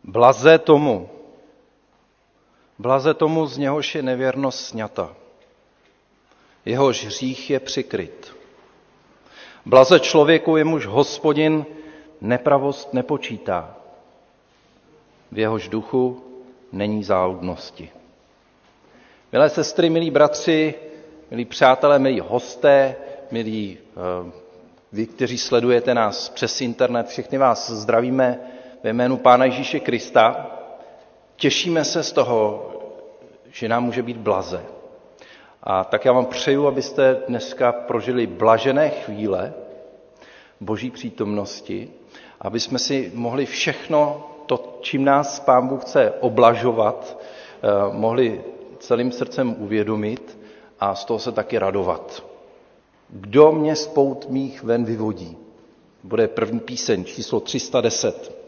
Blaze tomu, z něhož je nevěrnost sňata. Jehož hřích je přikryt. Blaze člověku, jemuž Hospodin nepravost nepočítá. V jehož duchu není záludnosti. Milé sestry, milí bratři, milí přátelé, milí hosté, milí vy, kteří sledujete nás přes internet, všechny vás zdravíme ve jménu Pána Ježíše Krista. Těšíme se z toho, že nám může být blaze. A tak já vám přeju, abyste dneska prožili blažené chvíle Boží přítomnosti, aby jsme si mohli všechno to, čím nás Pán Bůh chce oblažovat, mohli celým srdcem uvědomit a z toho se taky radovat. Kdo mě z pout mých ven vyvodí? Bude první píseň, číslo 310.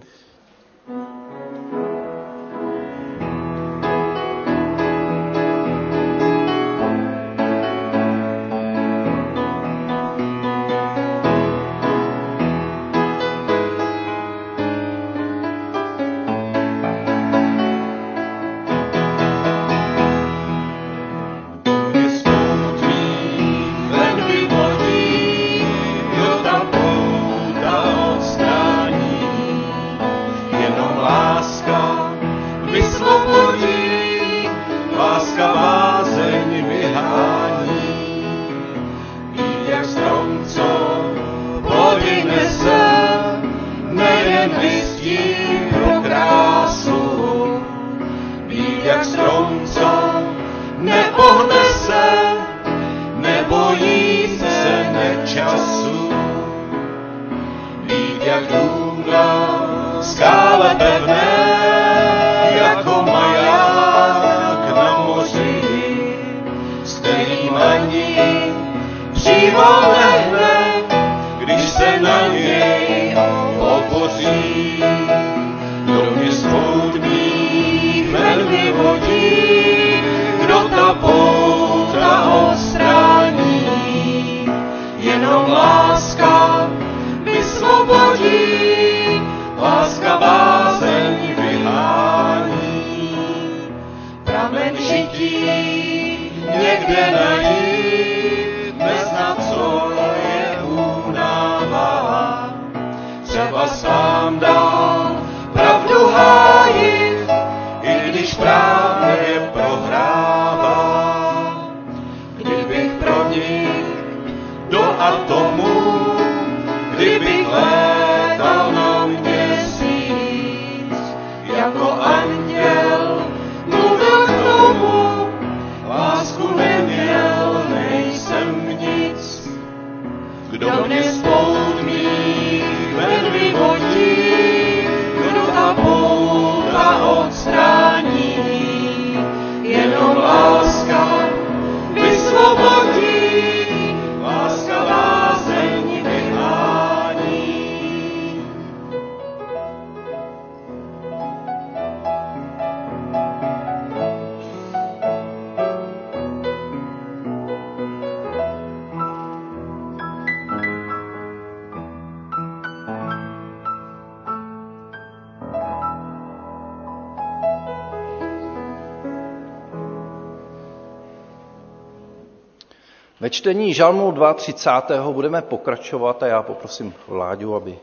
Ve čtení Žalmu 32. budeme pokračovat a já poprosím Láďu, aby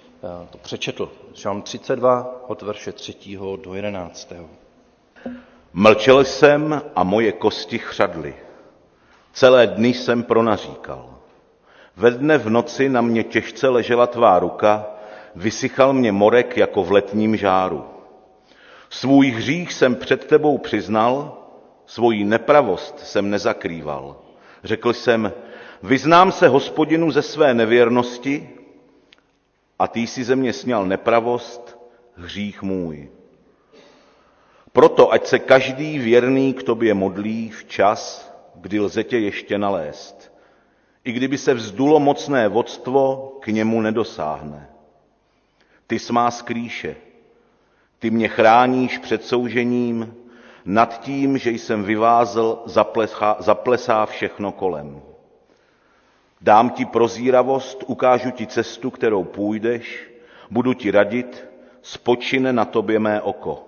to přečetl. Žalm 32 od verše 3. do 11. Mlčel jsem a moje kosti chřadly. Celé dny jsem pronaříkal. Ve dne v noci na mě těžce ležela tvá ruka, vysychal mě morek jako v letním žáru. Svůj hřích jsem před tebou přiznal, svoji nepravost jsem nezakrýval. Řekl jsem, vyznám se Hospodinu ze své nevěrnosti a ty jsi ze mě sňal nepravost, hřích můj. Proto ať se každý věrný k tobě modlí včas, kdy lze tě ještě nalézt. I kdyby se vzdulo mocné vodstvo, k němu nedosáhne. Ty jsi má skrýše, ty mě chráníš před soužením, nad tím, že jsem vyvázl, zaplesá všechno kolem. Dám ti prozíravost, ukážu ti cestu, kterou půjdeš, budu ti radit, spočine na tobě mé oko.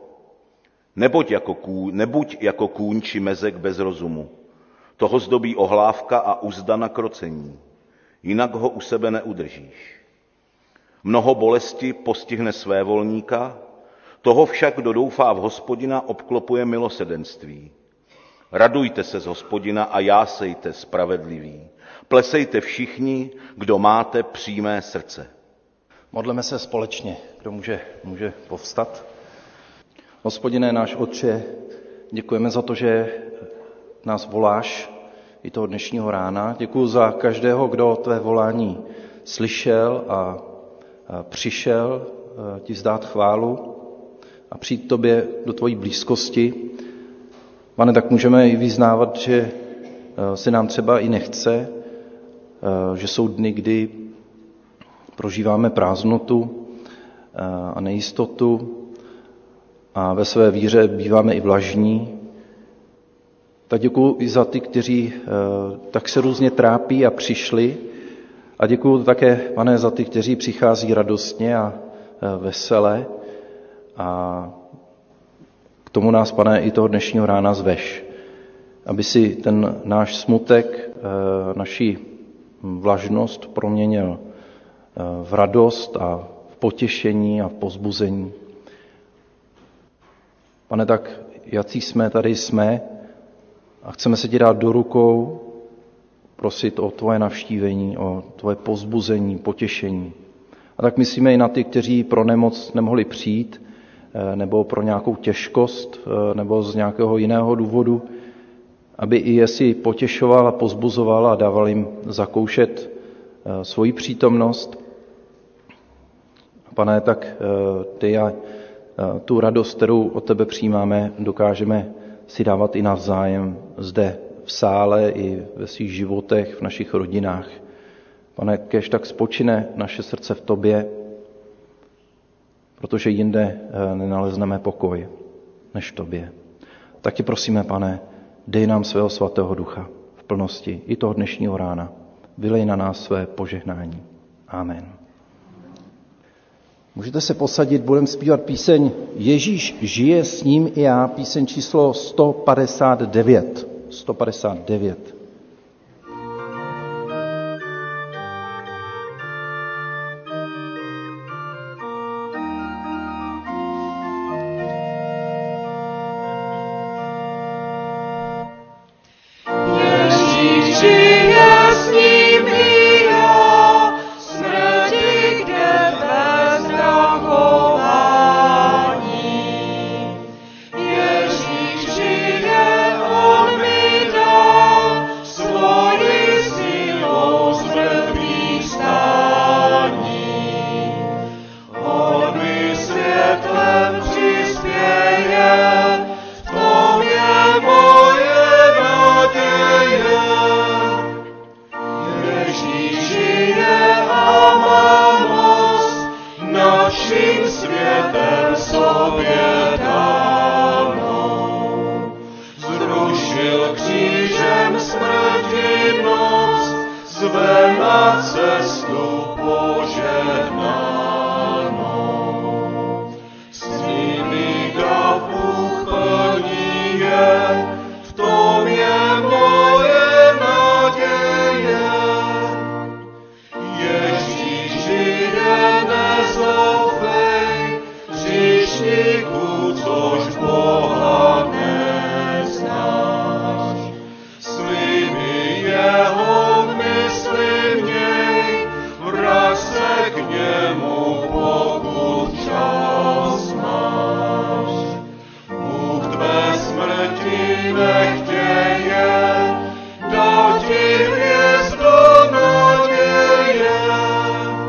Nebuď jako kůň či mezek bez rozumu. Toho zdobí ohlávka a uzda na krocení, jinak ho u sebe neudržíš. Mnoho bolesti postihne svévolníka, toho však, kdo doufá v Hospodina, obklopuje milosrdenství. Radujte se z Hospodina a jásejte, spravedliví. Plesejte všichni, kdo máte přímé srdce. Modleme se společně. Kdo může povstat? Hospodine, náš Otče, děkujeme za to, že nás voláš i toho dnešního rána. Děkuji za každého, kdo tvé volání slyšel a přišel ti vzdát chválu a přijít tobě do tvojí blízkosti. Pane, tak můžeme i vyznávat, že se nám třeba i nechce, že jsou dny, kdy prožíváme prázdnotu a nejistotu a ve své víře býváme i vlažní. Tak děkuji i za ty, kteří tak se různě trápí a přišli. A děkuji také, Pane, za ty, kteří přichází radostně a vesele. A k tomu nás, Pane, i toho dnešního rána zveš, aby si ten náš smutek, naši vlažnost proměnil v radost a v potěšení a v povzbuzení. Pane, tak jací jsme, tady jsme a chceme se ti dát do rukou, prosit o tvoje navštívení, o tvoje povzbuzení, potěšení. A tak myslíme i na ty, kteří pro nemoc nemohli přijít, nebo pro nějakou těžkost, nebo z nějakého jiného důvodu, aby i je si potěšoval a povzbuzoval a dával jim zakoušet svoji přítomnost. Pane, tak ty a tu radost, kterou od tebe přijímáme, dokážeme si dávat i navzájem zde v sále i ve svých životech, v našich rodinách. Pane, kéž tak spočine naše srdce v tobě, protože jinde nenalezneme pokoj než v tobě. Tak tě prosíme, Pane, dej nám svého svatého ducha v plnosti i toho dnešního rána. Vylej na nás své požehnání. Amen. Můžete se posadit, budeme zpívat píseň Ježíš žije, s ním i já, píseň číslo 159. 159.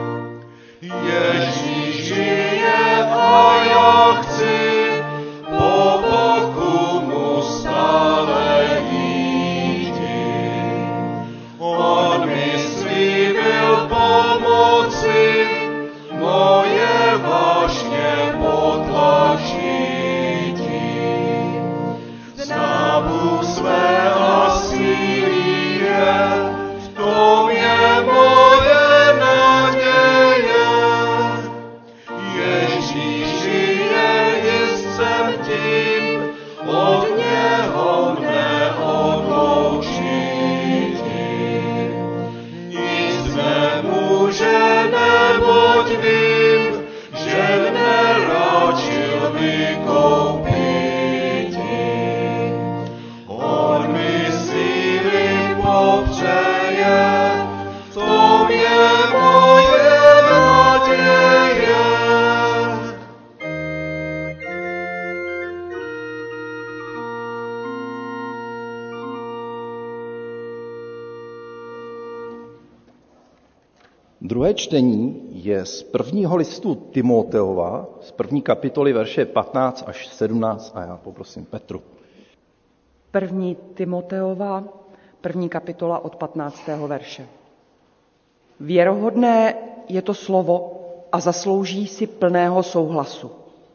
Ježíš žije a já chci Druhé čtení je z prvního listu Timoteova, z první kapitoly verše 15 až 17 a já poprosím Petru. První Timoteova, první kapitola od 15. verše. Věrohodné je to slovo a zaslouží si plného souhlasu.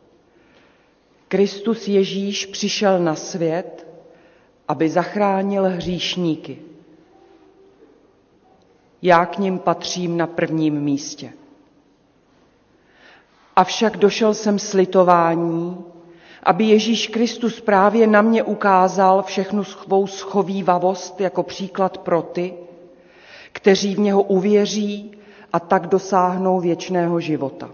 Kristus Ježíš přišel na svět, aby zachránil hříšníky. Já k nim patřím na prvním místě. Avšak došel jsem s litování, aby Ježíš Kristus právě na mě ukázal všechnu svou schovívavost jako příklad pro ty, kteří v něho uvěří a tak dosáhnou věčného života.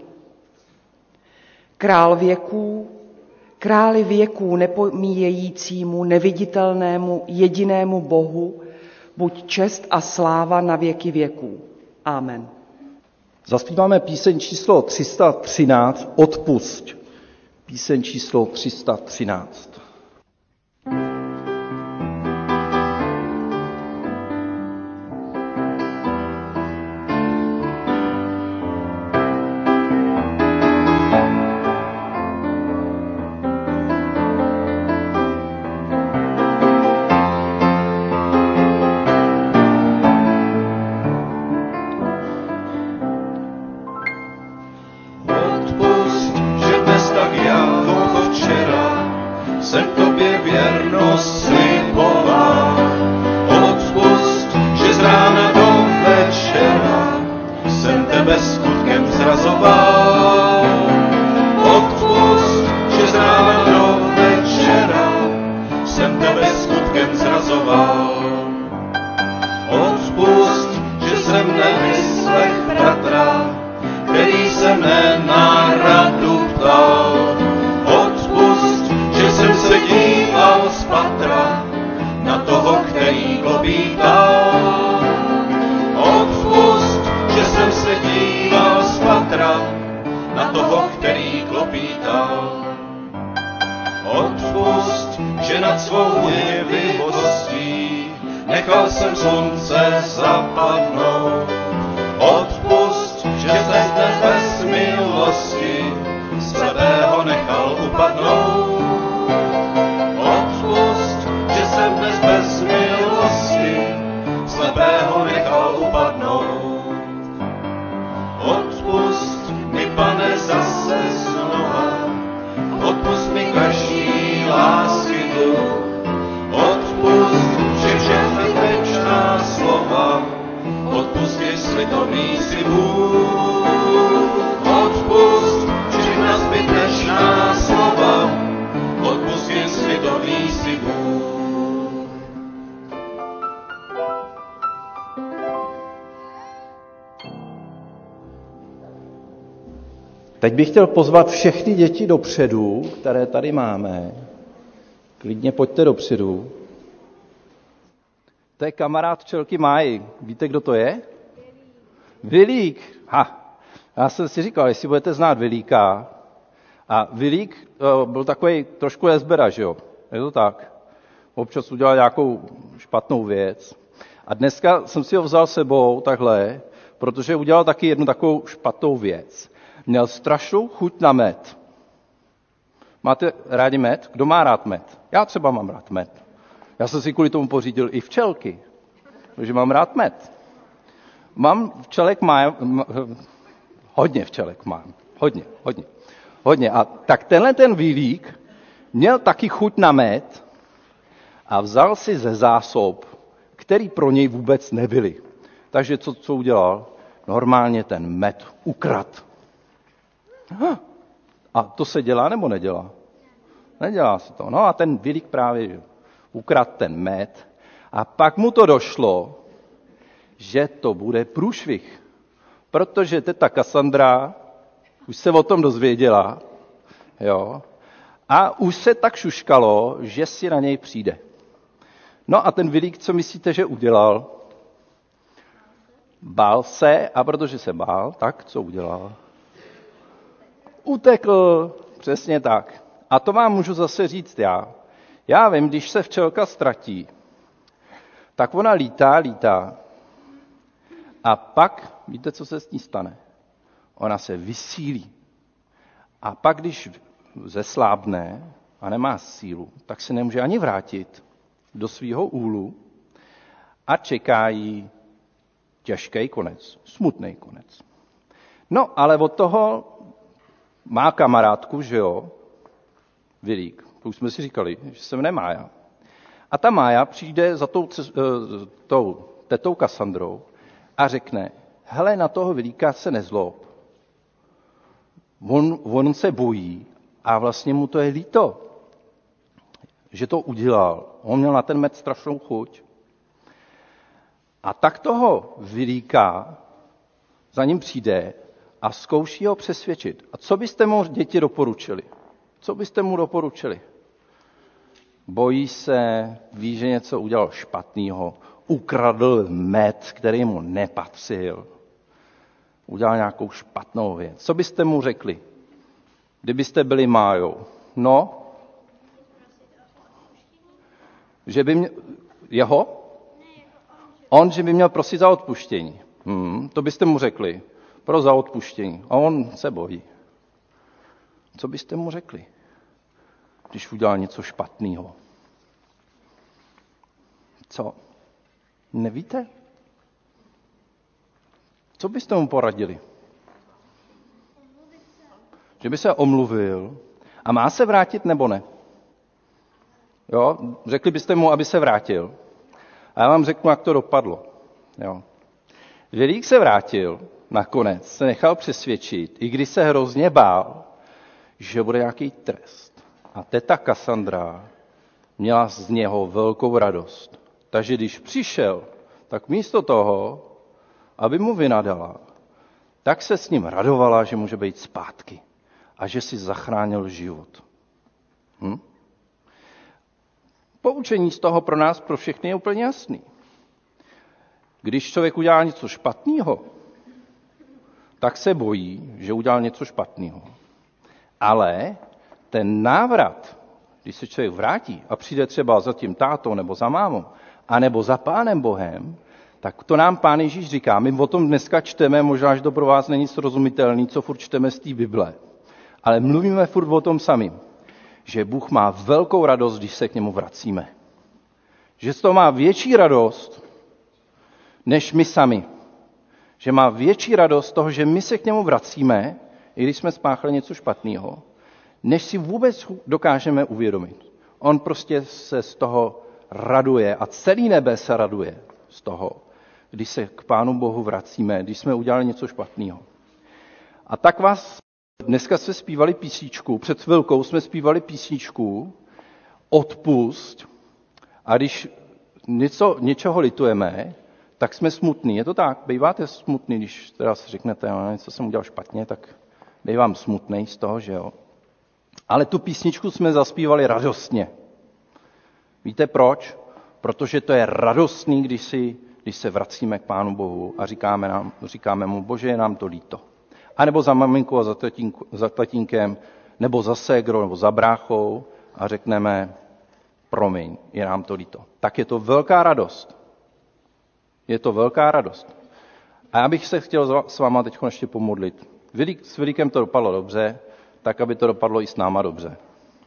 Králi věků nepomíjejícímu, neviditelnému, jedinému Bohu, buď čest a sláva na věky věků. Amen. Zazpíváme píseň číslo 313, Odpusť. Píseň číslo 313. Odpusť, že nad svou nevivostí nechal jsem slunce zapadnout. Odpusť, že jsem dnes bez milosti slepého nechal upadnout. Odpusť, že jsem dnes bez milosti slepého nechal upadnout. Odpusť mi, Pane, zase znova, odpusť mi každý lásky dluh. Odpusť, že všechny večná slova, odpusť, jestli to mísi Bůh. Odpusť všechna zbytečná slova, odpusť, jestli to mísi Bůh. Teď bych chtěl pozvat všechny děti dopředu, které tady máme. Klidně pojďte dopředu. To je kamarád včelky Máji. Víte, kdo to je? Vilík. Já jsem si říkal, jestli budete znát Vilíka. A Vilík byl takový trošku lesbera, že jo? Je to tak? Občas udělal nějakou špatnou věc. A dneska jsem si ho vzal sebou takhle, protože udělal taky jednu takovou špatnou věc. Měl strašnou chuť na med. Máte rádi med? Kdo má rád med? Já třeba mám rád med. Já jsem si kvůli tomu pořídil i včelky, protože mám rád med. Mám včelek, hodně včelek mám. Hodně. A tak tenhle ten Vilík měl taky chuť na med a vzal si ze zásob, který pro něj vůbec nebyly. Takže co udělal? Normálně ten med ukradl. A to se dělá nebo nedělá? Nedělá se to. No a ten Vilík právě ukradl ten med a pak mu to došlo, že to bude průšvih. Protože teta Kassandra už se o tom dozvěděla, jo, a už se tak šuškalo, že si na něj přijde. No a ten Vilík, co myslíte, že udělal? Bál se a protože se bál, tak co udělal? Utekl, přesně tak. A to vám můžu zase říct já. Já vím, když se včelka ztratí, tak ona lítá a pak víte, co se s ní stane? Ona se vysílí. A pak, když zeslábne a nemá sílu, tak se nemůže ani vrátit do svého úlu a čeká jí těžký konec, smutný konec. No, ale od toho má kamarádku, že jo, Vilík, to už jsme si říkali, že se jmenuje Mája. A ta Mája přijde za tou tetou Kassandrou a řekne, hele, na toho Vilíka se nezlob. On se bojí a vlastně mu to je líto, že to udělal. On měl na ten med strašnou chuť. A tak toho Vilíka za ním přijde a zkouší ho přesvědčit. A co byste mu, děti, doporučili? Co byste mu doporučili? Bojí se, ví, že něco udělal špatného, ukradl med, který mu nepatřil, udělal nějakou špatnou věc. Co byste mu řekli, kdybyste byli Májou? No? Že by mě... Jeho? On, že by měl prosit za odpuštění. To byste mu řekli. Pro za odpuštění. A on se bojí. Co byste mu řekli, když udělal něco špatného? Co? Nevíte? Co byste mu poradili? Že by se omluvil a má se vrátit nebo ne? Jo? Řekli byste mu, aby se vrátil. A já vám řeknu, jak to dopadlo. Jo? Vilík se vrátil, nakonec se nechal přesvědčit, i když se hrozně bál, že bude nějaký trest. A teta Kassandra měla z něho velkou radost. Takže když přišel, tak místo toho, aby mu vynadala, tak se s ním radovala, že může být zpátky a že si zachránil život. Poučení z toho pro nás, pro všechny je úplně jasný. Když člověk udělá něco špatného, tak se bojí, že udělal něco špatného. Ale ten návrat, když se člověk vrátí a přijde třeba za tím tátou nebo za mámou, anebo za Pánem Bohem, tak to nám Pán Ježíš říká. My o tom dneska čteme, možná, že to pro vás není srozumitelný, co furt čteme z té Bible. Ale mluvíme furt o tom samým, že Bůh má velkou radost, když se k němu vracíme. Že z toho má větší radost, než my sami. Že má větší radost z toho, že my se k němu vracíme, i když jsme spáchali něco špatného, než si vůbec dokážeme uvědomit. On prostě se z toho raduje a celý nebe se raduje z toho, když se k Pánu Bohu vracíme, když jsme udělali něco špatného. A tak vás dneska jsme zpívali písničku, před chvilkou jsme zpívali písničku Odpusť, a když něčeho litujeme, tak jsme smutní. Je to tak? Býváte smutný, když teda si řeknete, něco jsem udělal špatně, tak bývám smutnej z toho, že jo? Ale tu písničku jsme zaspívali radostně. Víte proč? Protože to je radostný, když se vracíme k Pánu Bohu a říkáme mu, Bože, je nám to líto. A nebo za maminku a za tatínkem, nebo za ségrou, nebo za bráchou a řekneme, promiň, je nám to líto. Tak je to velká radost. Je to velká radost. A já bych se chtěl s váma teď ještě pomodlit. S Vilíkem to dopadlo dobře, tak aby to dopadlo i s náma dobře.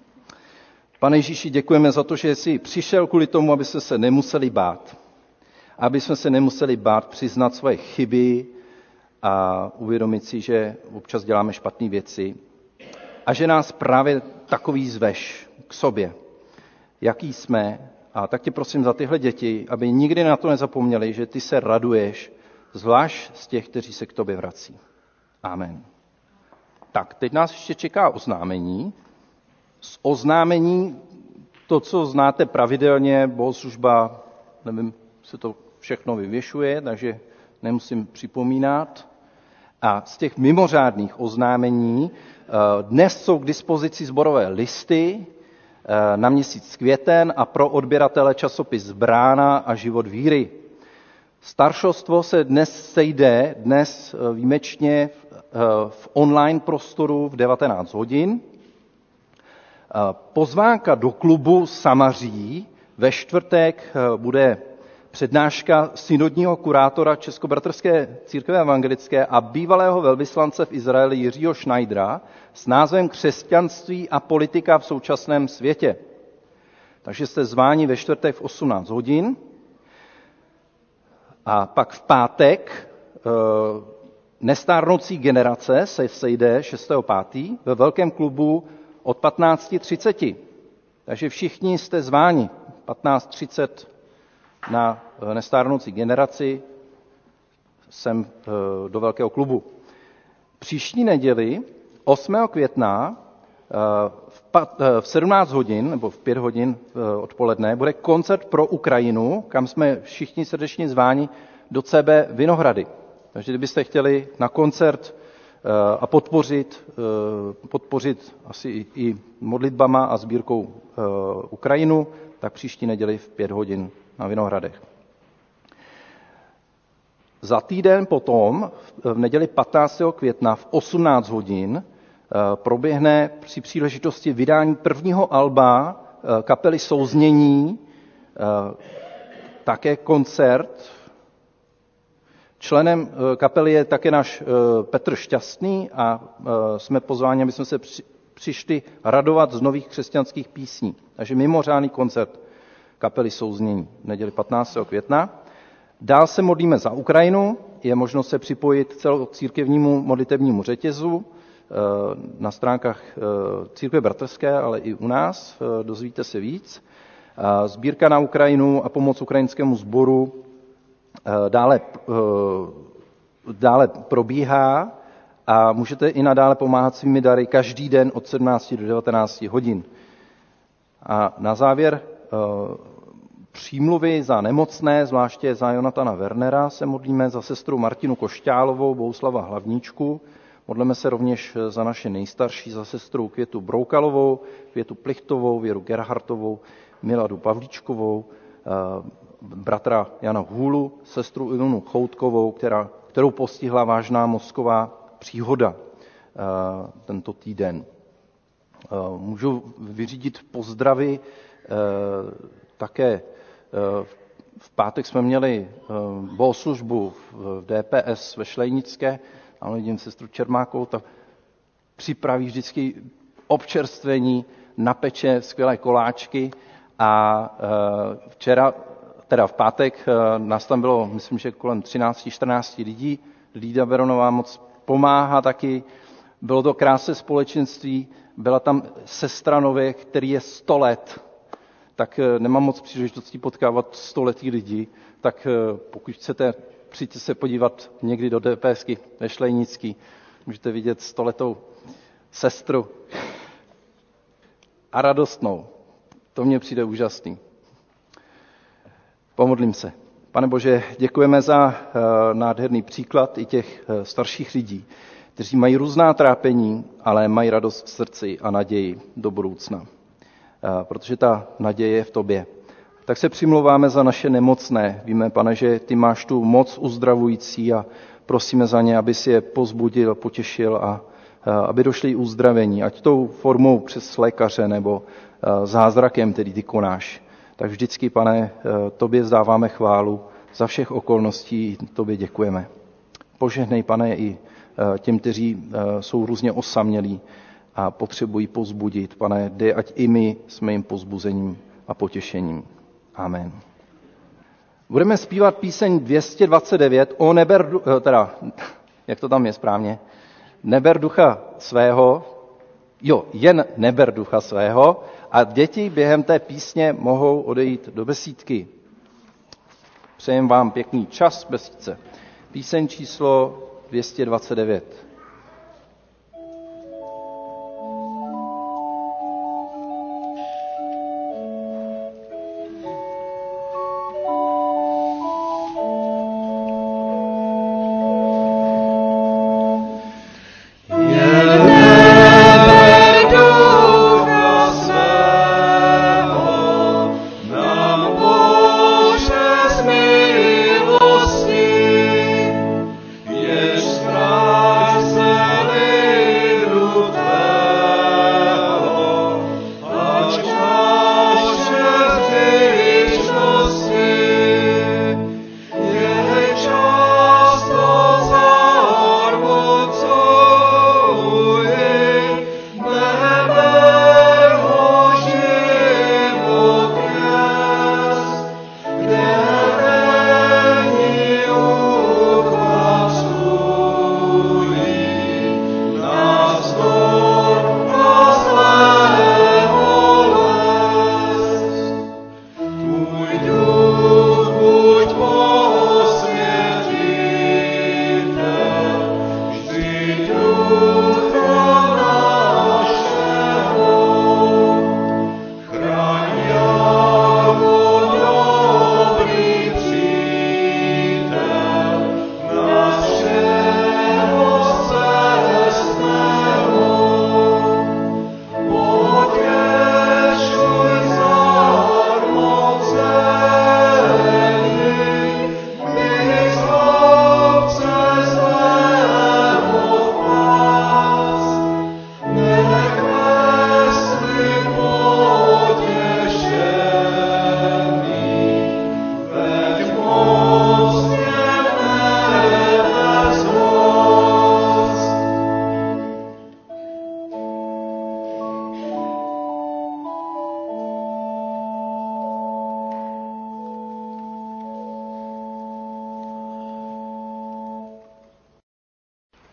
Pane Ježíši, děkujeme za to, že jsi přišel kvůli tomu, aby jsme se nemuseli bát. Aby jsme se nemuseli bát přiznat svoje chyby a uvědomit si, že občas děláme špatné věci. A že nás právě takový zveš k sobě, jaký jsme. A tak tě prosím za tyhle děti, aby nikdy na to nezapomněli, že ty se raduješ, zvlášť z těch, kteří se k tobě vrací. Amen. Tak, teď nás ještě čeká oznámení. Z oznámení, to, co znáte pravidelně, bohoslužba, nevím, se to všechno vyvěšuje, takže nemusím připomínat. A z těch mimořádných oznámení dnes jsou k dispozici sborové listy na měsíc květen a pro odběratele časopis Brána a Život víry. Staršostvo se dnes sejde, výjimečně v online prostoru v 19 hodin. Pozvánka do klubu Samaří ve čtvrtek bude přednáška synodního kurátora Českobratrské církve evangelické a bývalého velvyslance v Izraeli Jiřího Schneidera s názvem Křesťanství a politika v současném světě. Takže jste zváni ve čtvrtek v 18 hodin a pak v pátek nestárnoucí generace se sejde 6.5. ve velkém klubu od 15:30. Takže všichni jste zváni 15:30 na nestárnoucí generaci sem do velkého klubu. Příští neděli 8. května v 17 hodin nebo v 5 hodin odpoledne bude koncert pro Ukrajinu, kam jsme všichni srdečně zváni do CB Vinohrady. Takže kdybyste chtěli na koncert a podpořit asi i modlitbama a sbírkou Ukrajinu, tak příští neděli v 5 hodin na Vinohradech. Za týden potom, v neděli 15. května v 18 hodin, proběhne při příležitosti vydání prvního alba kapely Souznění také koncert. Členem kapely je také náš Petr Šťastný a jsme pozváni, aby jsme se přišli radovat z nových křesťanských písní. Takže mimořádný koncert kapely Souznění v neděli 15. května. Dál se modlíme za Ukrajinu, je možnost se připojit k celocírkevnímu modlitebnímu řetězu na stránkách Církve bratrské, ale i u nás, dozvíte se víc. Sbírka na Ukrajinu a pomoc ukrajinskému sboru dále probíhá a můžete i nadále pomáhat svými dary každý den od 17 do 19 hodin. A na závěr přímluvy za nemocné, zvláště za Jonatana Wernera se modlíme, za sestru Martinu Košťálovou, Bohuslava Hlavníčku. Modlíme se rovněž za naše nejstarší, za sestru Květu Broukalovou, Květu Plichtovou, Věru Gerhartovou, Miladu Pavlíčkovou, bratra Jana Hůlu, sestru Ilonu Choutkovou, kterou postihla vážná mozková příhoda tento týden. Můžu vyřídit pozdravy. Také v pátek jsme měli bohoslužbu v DPS ve Šlejnické. Tam vidím sestru Čermákovou, ta připraví vždycky občerstvení, napeče skvělé koláčky a včera, teda v pátek, nás tam bylo, myslím, že kolem 13-14 lidí. Lída Beronová moc pomáhá taky. Bylo to krásné společenství. Byla tam sestra Nově, který je 100 let. Tak nemám moc příležitostí potkávat 100letý lidi. Tak pokud chcete, přijďte se podívat někdy do DPSky ve Šlejnický. Můžete vidět 100letou sestru. A radostnou. To mně přijde úžasný. Pomodlím se. Pane Bože, děkujeme za nádherný příklad i těch starších lidí, kteří mají různá trápení, ale mají radost v srdci a naději do budoucna. Protože ta naděje je v tobě. Tak se přimlouváme za naše nemocné. Víme, Pane, že ty máš tu moc uzdravující a prosíme za ně, aby si je pozbudil, potěšil a aby došli uzdravení, ať tou formou přes lékaře nebo zázrakem, který ty konáš. Tak vždycky, Pane, tobě vzdáváme chválu za všech okolností, tobě děkujeme. Požehnej, Pane, i těm, kteří jsou různě osamělí a potřebují pozbudit. Pane, dej, ať i my jsme jim pozbuzením a potěšením. Amen. Budeme zpívat píseň 229 o jak to tam je správně, neber ducha svého, jen neber ducha svého, a děti během té písně mohou odejít do besídky. Přejem vám pěkný čas v besídce. Píseň číslo 229. Jež stráž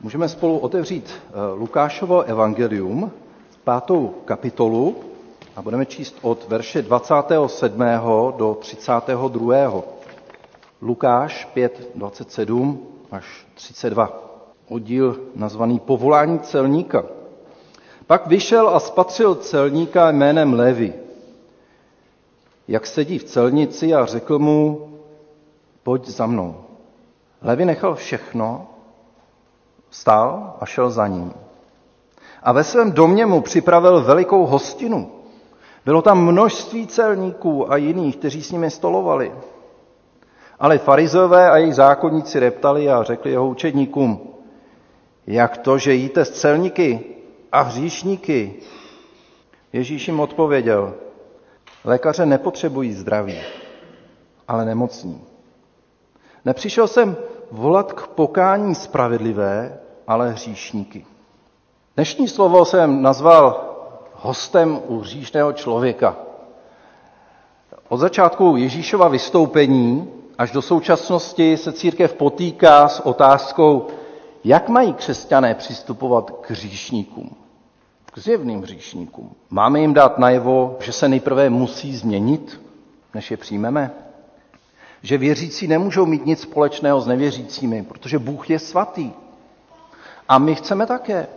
Můžeme spolu otevřít Lukášovo evangelium, 5. kapitolu, a budeme číst od verše 27. do 32. Lukáš 5, 27 až 32. Oddíl nazvaný Povolání celníka. Pak vyšel a spatřil celníka jménem Levi, jak sedí v celnici, a řekl mu: pojď za mnou. Levi nechal všechno, vstal a šel za ním. A ve svém domě mu připravil velikou hostinu. Bylo tam množství celníků a jiných, kteří s nimi stolovali. Ale farizeové a jejich zákonníci reptali a řekli jeho učedníkům: jak to, že jíte s celníky a hříšníky? Ježíš jim odpověděl: lékaře nepotřebují zdraví, ale nemocní. Nepřišel jsem volat k pokání spravedlivé, ale hříšníky. Dnešní slovo jsem nazval hostem u hříšného člověka. Od začátku Ježíšova vystoupení až do současnosti se církev potýká s otázkou, jak mají křesťané přistupovat k hříšníkům, k zjevným hříšníkům. Máme jim dát najevo, že se nejprve musí změnit, než je přijmeme? Že věřící nemůžou mít nic společného s nevěřícími, protože Bůh je svatý. A my chceme také.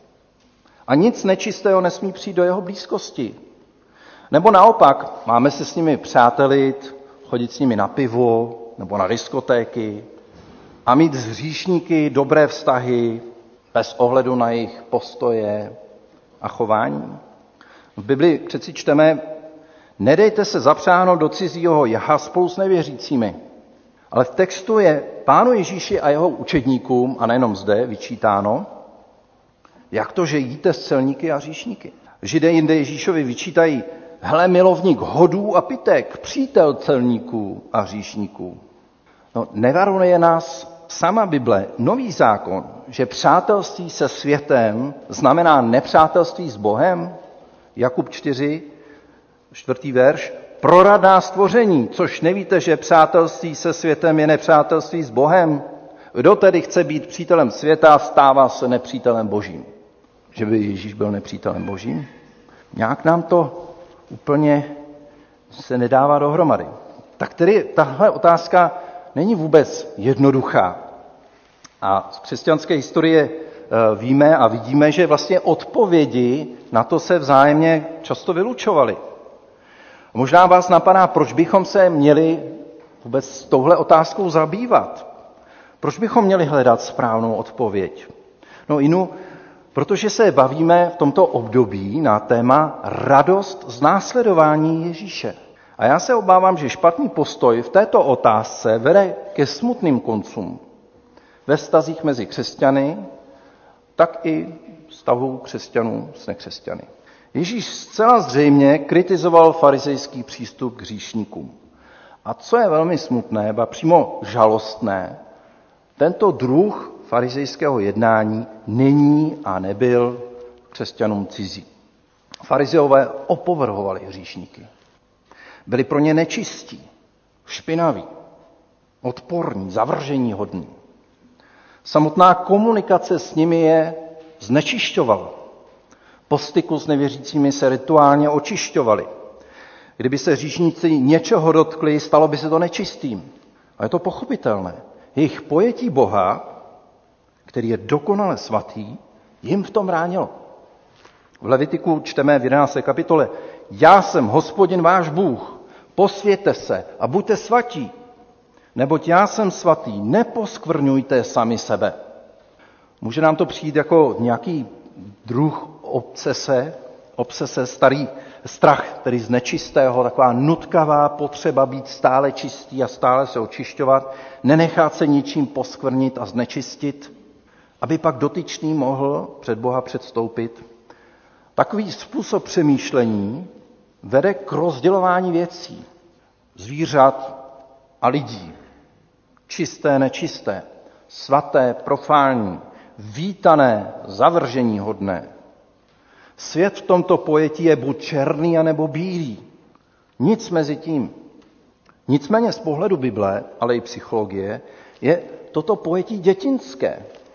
A nic nečistého nesmí přijít do jeho blízkosti. Nebo naopak, máme se s nimi přátelit, chodit s nimi na pivo nebo na diskotéky a mít s hříšníky dobré vztahy bez ohledu na jejich postoje a chování. V Bibli přeci čteme: nedejte se zapřáhnout do cizího jaha spolu s nevěřícími. Ale v textu je Pánu Ježíši a jeho učedníkům, a nejenom zde, vyčítáno, jak to, že jíte s celníky a hříšníky. Židé jinde Ježíšovi vyčítají: hele, milovník hodů a pitek, přítel celníků a hříšníků. No, nevaruje nás sama Bible, Nový zákon, že přátelství se světem znamená nepřátelství s Bohem? Jakub 4, 4. verš. Proradná stvoření, což nevíte, že přátelství se světem je nepřátelství s Bohem? Kdo tedy chce být přítelem světa, stává se nepřítelem Božím. Že by Ježíš byl nepřítelem Božím? Nějak nám to úplně se nedává dohromady. Tak tedy tahle otázka není vůbec jednoduchá. A z křesťanské historie víme a vidíme, že vlastně odpovědi na to se vzájemně často vylučovaly. Možná vás napadá, proč bychom se měli vůbec s touhle otázkou zabývat. Proč bychom měli hledat správnou odpověď? No protože se bavíme v tomto období na téma radost z následování Ježíše. A já se obávám, že špatný postoj v této otázce vede ke smutným koncům. Ve vztazích mezi křesťany, tak i vztahu křesťanů s nekřesťany. Ježíš zcela zřejmě kritizoval farizejský přístup k hříšníkům. A co je velmi smutné, ba přímo žalostné, tento druh farizejského jednání není a nebyl křesťanům cizí. Farizeové opovrhovali hříšníky. Byli pro ně nečistí, špinaví, odporní, zavrženíhodní. Samotná komunikace s nimi je znečišťovala. Po styku s nevěřícími se rituálně očišťovali. Kdyby se hříšníci něčeho dotkli, stalo by se to nečistým. A je to pochopitelné. Jejich pojetí Boha, který je dokonale svatý, jim v tom bránilo. V Levitiku čteme v 11. kapitole: já jsem Hospodin váš Bůh, posvěťte se a buďte svatí, neboť já jsem svatý, neposkvrňujte sami sebe. Může nám to přijít jako nějaký druh obsese, starý strach, tedy z nečistého, taková nutkavá potřeba být stále čistý a stále se očišťovat, nenechat se ničím poskvrnit a znečistit, aby pak dotyčný mohl před Boha předstoupit. Takový způsob přemýšlení vede k rozdělování věcí, zvířat a lidí. Čisté, nečisté, svaté, profánní, vítané, zavrženíhodné. Svět v tomto pojetí je buď černý, anebo bílý. Nic mezi tím. Nicméně z pohledu Bible, ale i psychologie, je toto pojetí dětinské.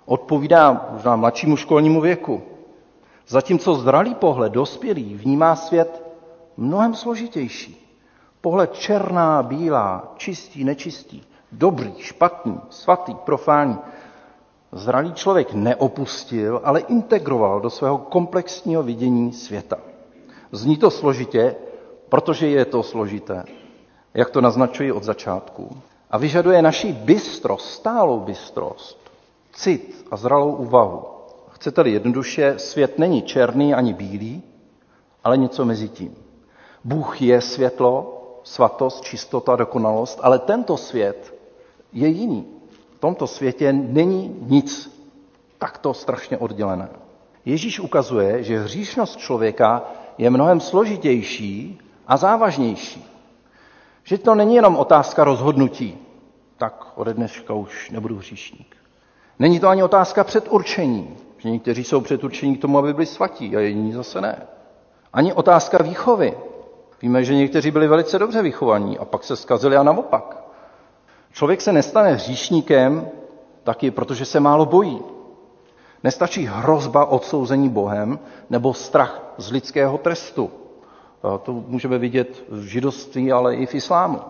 odpovídá možná mladšímu školnímu věku. Zatímco zralý pohled dospělý vnímá svět mnohem složitější. Pohled černá, bílá, čistý, nečistý, dobrý, špatný, svatý, profánní. Zralý člověk neopustil, ale integroval do svého komplexního vidění světa. Zní to složitě, protože je to složité, jak to naznačuji od začátku. A vyžaduje naši bystrost, stálou bystrost, cit a zralou úvahu. Chcete-li jednoduše, svět není černý ani bílý, ale něco mezi tím. Bůh je světlo, svatost, čistota, dokonalost, ale tento svět je jiný. V tomto světě není nic takto strašně oddělené. Ježíš ukazuje, že hříšnost člověka je mnohem složitější a závažnější. Že to není jenom otázka rozhodnutí, tak ode dneška už nebudu hříšník. Není to ani otázka předurčení, že někteří jsou předurčení k tomu, aby byli svatí, a jiní zase ne. Ani otázka výchovy. Víme, že někteří byli velice dobře vychovaní a pak se zkazili a naopak. Člověk se nestane hříšníkem taky, protože se málo bojí. Nestačí hrozba odsouzení Bohem nebo strach z lidského trestu. To můžeme vidět v židovství, ale i v islámu.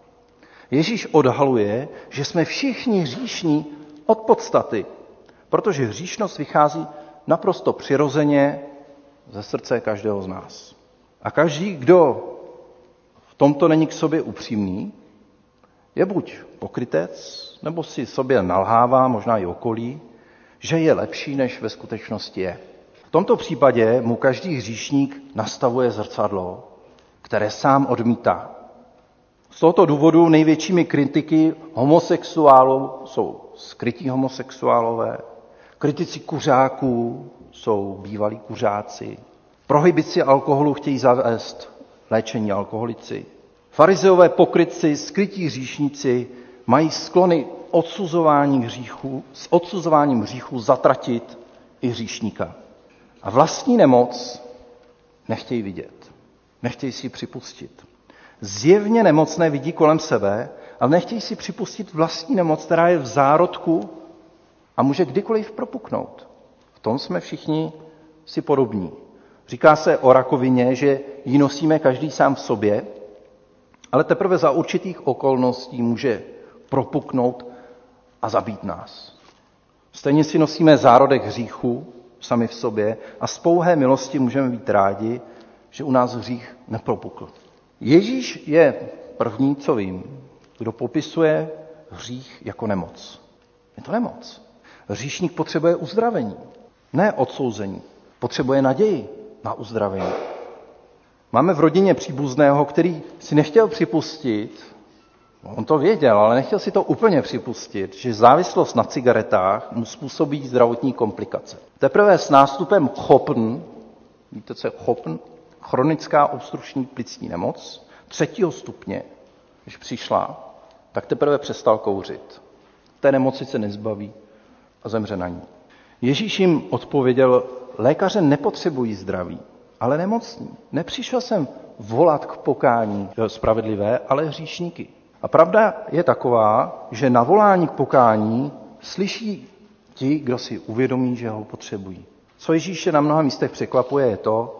Ježíš odhaluje, že jsme všichni hříšní od podstaty, protože hříšnost vychází naprosto přirozeně ze srdce každého z nás. A každý, kdo v tomto není k sobě upřímný, je buď pokrytec, nebo si sobě nalhává, možná i okolí, že je lepší, než ve skutečnosti je. V tomto případě mu každý hříšník nastavuje zrcadlo, které sám odmítá. Z tohoto důvodu největšími kritiky homosexuálů jsou skrytí homosexuálové, kritici kuřáků jsou bývalí kuřáci, prohibici alkoholu chtějí zavést léčení alkoholici. Farizeové pokrytci, skrytí hříšníci mají sklony s odsuzováním hříchů zatratit i hříšníka. A vlastní nemoc nechtějí vidět, nechtějí si ji připustit. Zjevně nemocné vidí kolem sebe, ale nechtějí si připustit vlastní nemoc, která je v zárodku a může kdykoliv propuknout. V tom jsme všichni si podobní. Říká se o rakovině, že ji nosíme každý sám v sobě, ale teprve za určitých okolností může propuknout a zabít nás. Stejně si nosíme zárodek hříchu sami v sobě a z pouhé milosti můžeme být rádi, že u nás hřích nepropukl. Ježíš je první, co vím, kdo popisuje hřích jako nemoc. Je to nemoc. Hříšník potřebuje uzdravení, ne odsouzení. Potřebuje naději na uzdravení. Máme v rodině příbuzného, který si nechtěl připustit, on to věděl, ale nechtěl si to úplně připustit, že závislost na cigaretách mu způsobí zdravotní komplikace. Teprve s nástupem chopn, víte, co je chopn? Chronická obstrukční plicní nemoc, 3. stupně, když přišla, tak teprve přestal kouřit. Té nemoci se nezbaví a zemře na ní. Ježíš jim odpověděl, lékaře nepotřebují zdraví, ale nemocní. Nepřišel jsem volat k pokání spravedlivé, ale hříšníky. A pravda je taková, že na volání k pokání slyší ti, kdo si uvědomí, že ho potřebují. Co Ježíše na mnoha místech překvapuje, je to,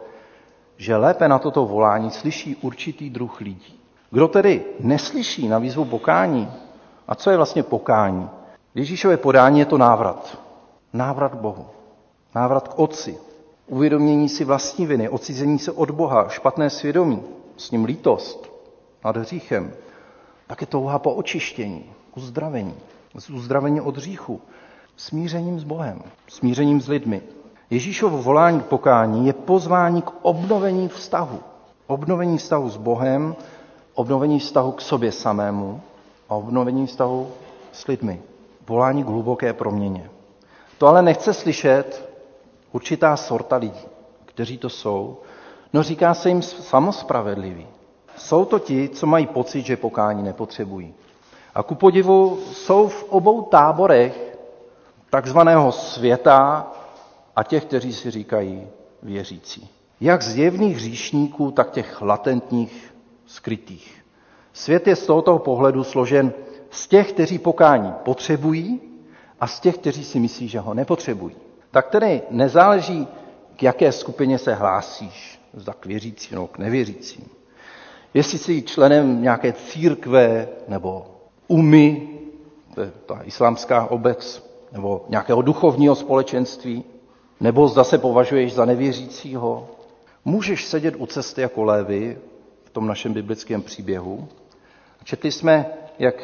že lépe na toto volání slyší určitý druh lidí. Kdo tedy neslyší na výzvu pokání, a co je vlastně pokání? Ježíšové podání je to návrat. Návrat k Bohu. Návrat k Otci. Uvědomění si vlastní viny, odcizení se od Boha, špatné svědomí, s ním lítost nad hříchem. Tak je touha po očištění, uzdravení. Uzdravení od hříchu. Smířením s Bohem, smířením s lidmi. Ježíšovo volání k pokání je pozvání k obnovení vztahu. Obnovení vztahu s Bohem, obnovení vztahu k sobě samému a obnovení vztahu s lidmi. Volání k hluboké proměně. To ale nechce slyšet určitá sorta lidí, kteří to jsou. No říká se jim samospravedliví. Jsou to ti, co mají pocit, že pokání nepotřebují. A ku podivu jsou v obou táborech takzvaného světa a těch, kteří si říkají věřící. Jak zjevných hříšníků, tak těch latentních, skrytých. Svět je z tohoto pohledu složen z těch, kteří pokání potřebují, a z těch, kteří si myslí, že ho nepotřebují. Tak tedy nezáleží, k jaké skupině se hlásíš, zda k věřícím nebo k nevěřícím. Jestli jsi členem nějaké církve nebo umy, to je ta islámská obec, nebo nějakého duchovního společenství, nebo zda se považuješ za nevěřícího, můžeš sedět u cesty jako Lévi v tom našem biblickém příběhu. Četli jsme, jak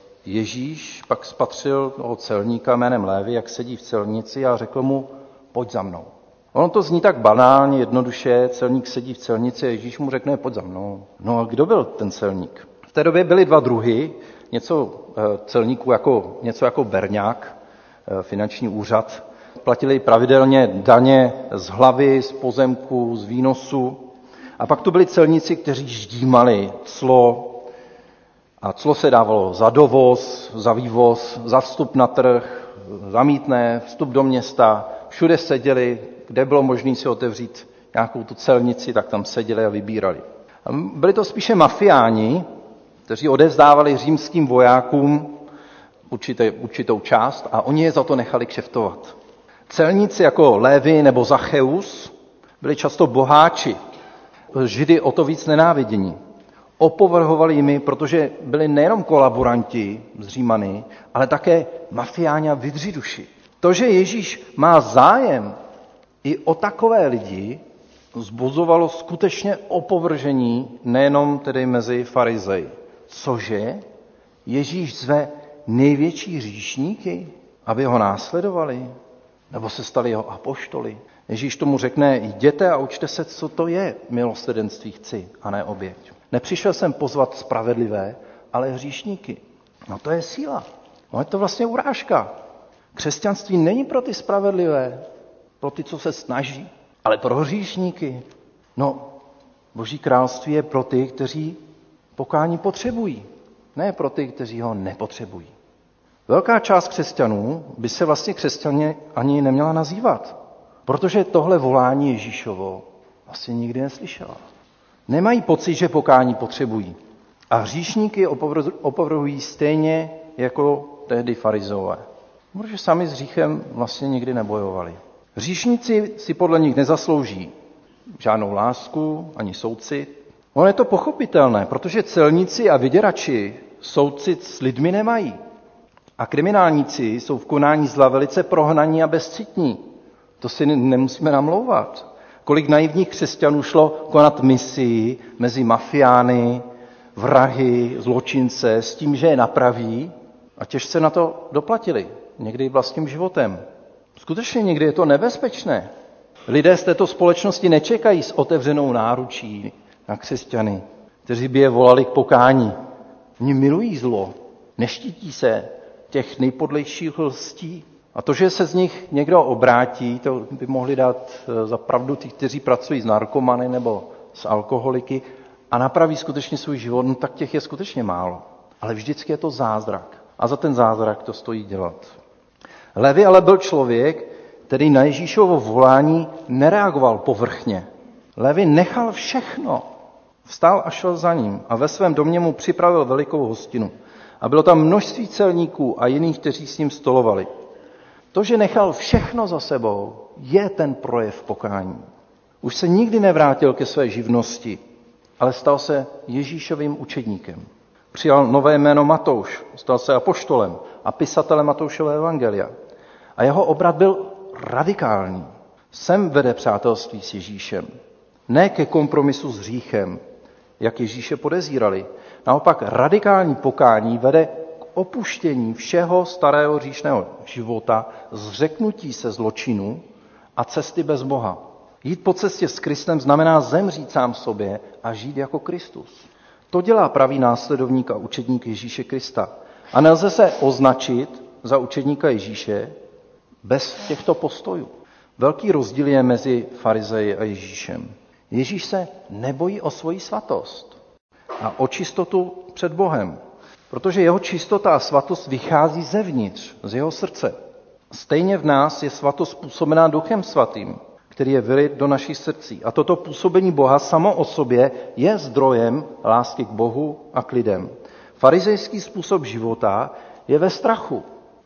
Ježíš pak spatřil toho celníka jménem Lévi, jak sedí v celnici a řekl mu, pojď za mnou. Ono to zní tak banálně, jednoduše, celník sedí v celnici a Ježíš mu řekne, pojď za mnou. No a kdo byl ten celník? V té době byly dva druhy, celníků něco jako berňák, finanční úřad. Platili pravidelně daně z hlavy, z pozemku, z výnosu. A pak tu byli celníci, kteří ždímali clo. A clo se dávalo za dovoz, za vývoz, za vstup na trh, za mýtné, vstup do města. Všude seděli, kde bylo možné si otevřít nějakou tu celnici, tak tam seděli a vybírali. A byli to spíše mafiáni, kteří odevzdávali římským vojákům určitou část a oni je za to nechali kšeftovat. Celníci jako Lévi nebo Zacheus byli často boháči, Židy o to víc nenávidění. Opovrhovali jimi, protože byli nejenom kolaboranti z Římany, ale také mafiáni a vydřiduši. To, že Ježíš má zájem i o takové lidi, vzbuzovalo skutečně opovržení nejenom tedy mezi farizeji. Cože? Ježíš zve největší hříšníky, aby ho následovali? Nebo se stali jeho apoštoly? Ježíš tomu řekne, jděte a učte se, co to je milosrdenství chci, a ne oběť. Nepřišel jsem pozvat spravedlivé, ale hříšníky. No to je síla. No je to vlastně urážka. Křesťanství není pro ty spravedlivé, pro ty, co se snaží, ale pro hříšníky. No, Boží království je pro ty, kteří pokání potřebují, ne pro ty, kteří ho nepotřebují. Velká část křesťanů by se vlastně křesťané ani neměla nazývat, protože tohle volání Ježíšovo vlastně nikdy neslyšela. Nemají pocit, že pokání potřebují. A hříšníky opovrhují stejně jako tehdy farizeové. Protože sami s hříchem vlastně nikdy nebojovali. Hříšníci si podle nich nezaslouží žádnou lásku, ani soucit. Ono je to pochopitelné, protože celníci a vyděrači soucit s lidmi nemají. A kriminálníci jsou v konání zla velice prohnaní a bezcitní. To si nemusíme namlouvat. Kolik naivních křesťanů šlo konat misii mezi mafiány, vrahy, zločince s tím, že je napraví a těžce na to doplatili. Někdy vlastním životem. Skutečně někdy je to nebezpečné. Lidé z této společnosti nečekají s otevřenou náručí na křesťany, kteří by je volali k pokání. Oni milují zlo, neštítí se těch nejpodlejších lstí. A to, že se z nich někdo obrátí, to by mohli dát za pravdu ty, kteří pracují s narkomany nebo s alkoholiky a napraví skutečně svůj život, no tak těch je skutečně málo. Ale vždycky je to zázrak. A za ten zázrak to stojí dělat. Levi ale byl člověk, který na Ježíšovo volání nereagoval povrchně. Levi nechal všechno. Vstal a šel za ním a ve svém domě mu připravil velikou hostinu. A bylo tam množství celníků a jiných, kteří s ním stolovali. To, že nechal všechno za sebou, je ten projev pokání. Už se nikdy nevrátil ke své živnosti, ale stal se Ježíšovým učedníkem. Přijal nové jméno Matouš, stal se apoštolem a pisatelem Matoušova evangelia. A jeho obrat byl radikální. Sem vede přátelství s Ježíšem. Ne ke kompromisu s hříchem, jak Ježíše podezírali. Naopak radikální pokání vede k opuštění všeho starého hříšného života, zřeknutí se zločinu a cesty bez Boha. Jít po cestě s Kristem znamená zemřít sám sobě a žít jako Kristus. To dělá pravý následovník a učedník Ježíše Krista. A nelze se označit za učedníka Ježíše bez těchto postojů. Velký rozdíl je mezi farizeji a Ježíšem. Ježíš se nebojí o svoji svatost a o čistotu před Bohem, protože jeho čistota a svatost vychází zevnitř, z jeho srdce. Stejně v nás je svatost způsobená Duchem Svatým, který je vylit do našich srdcí. A toto působení Boha samo o sobě je zdrojem lásky k Bohu a k lidem. Farizejský způsob života je ve strachu.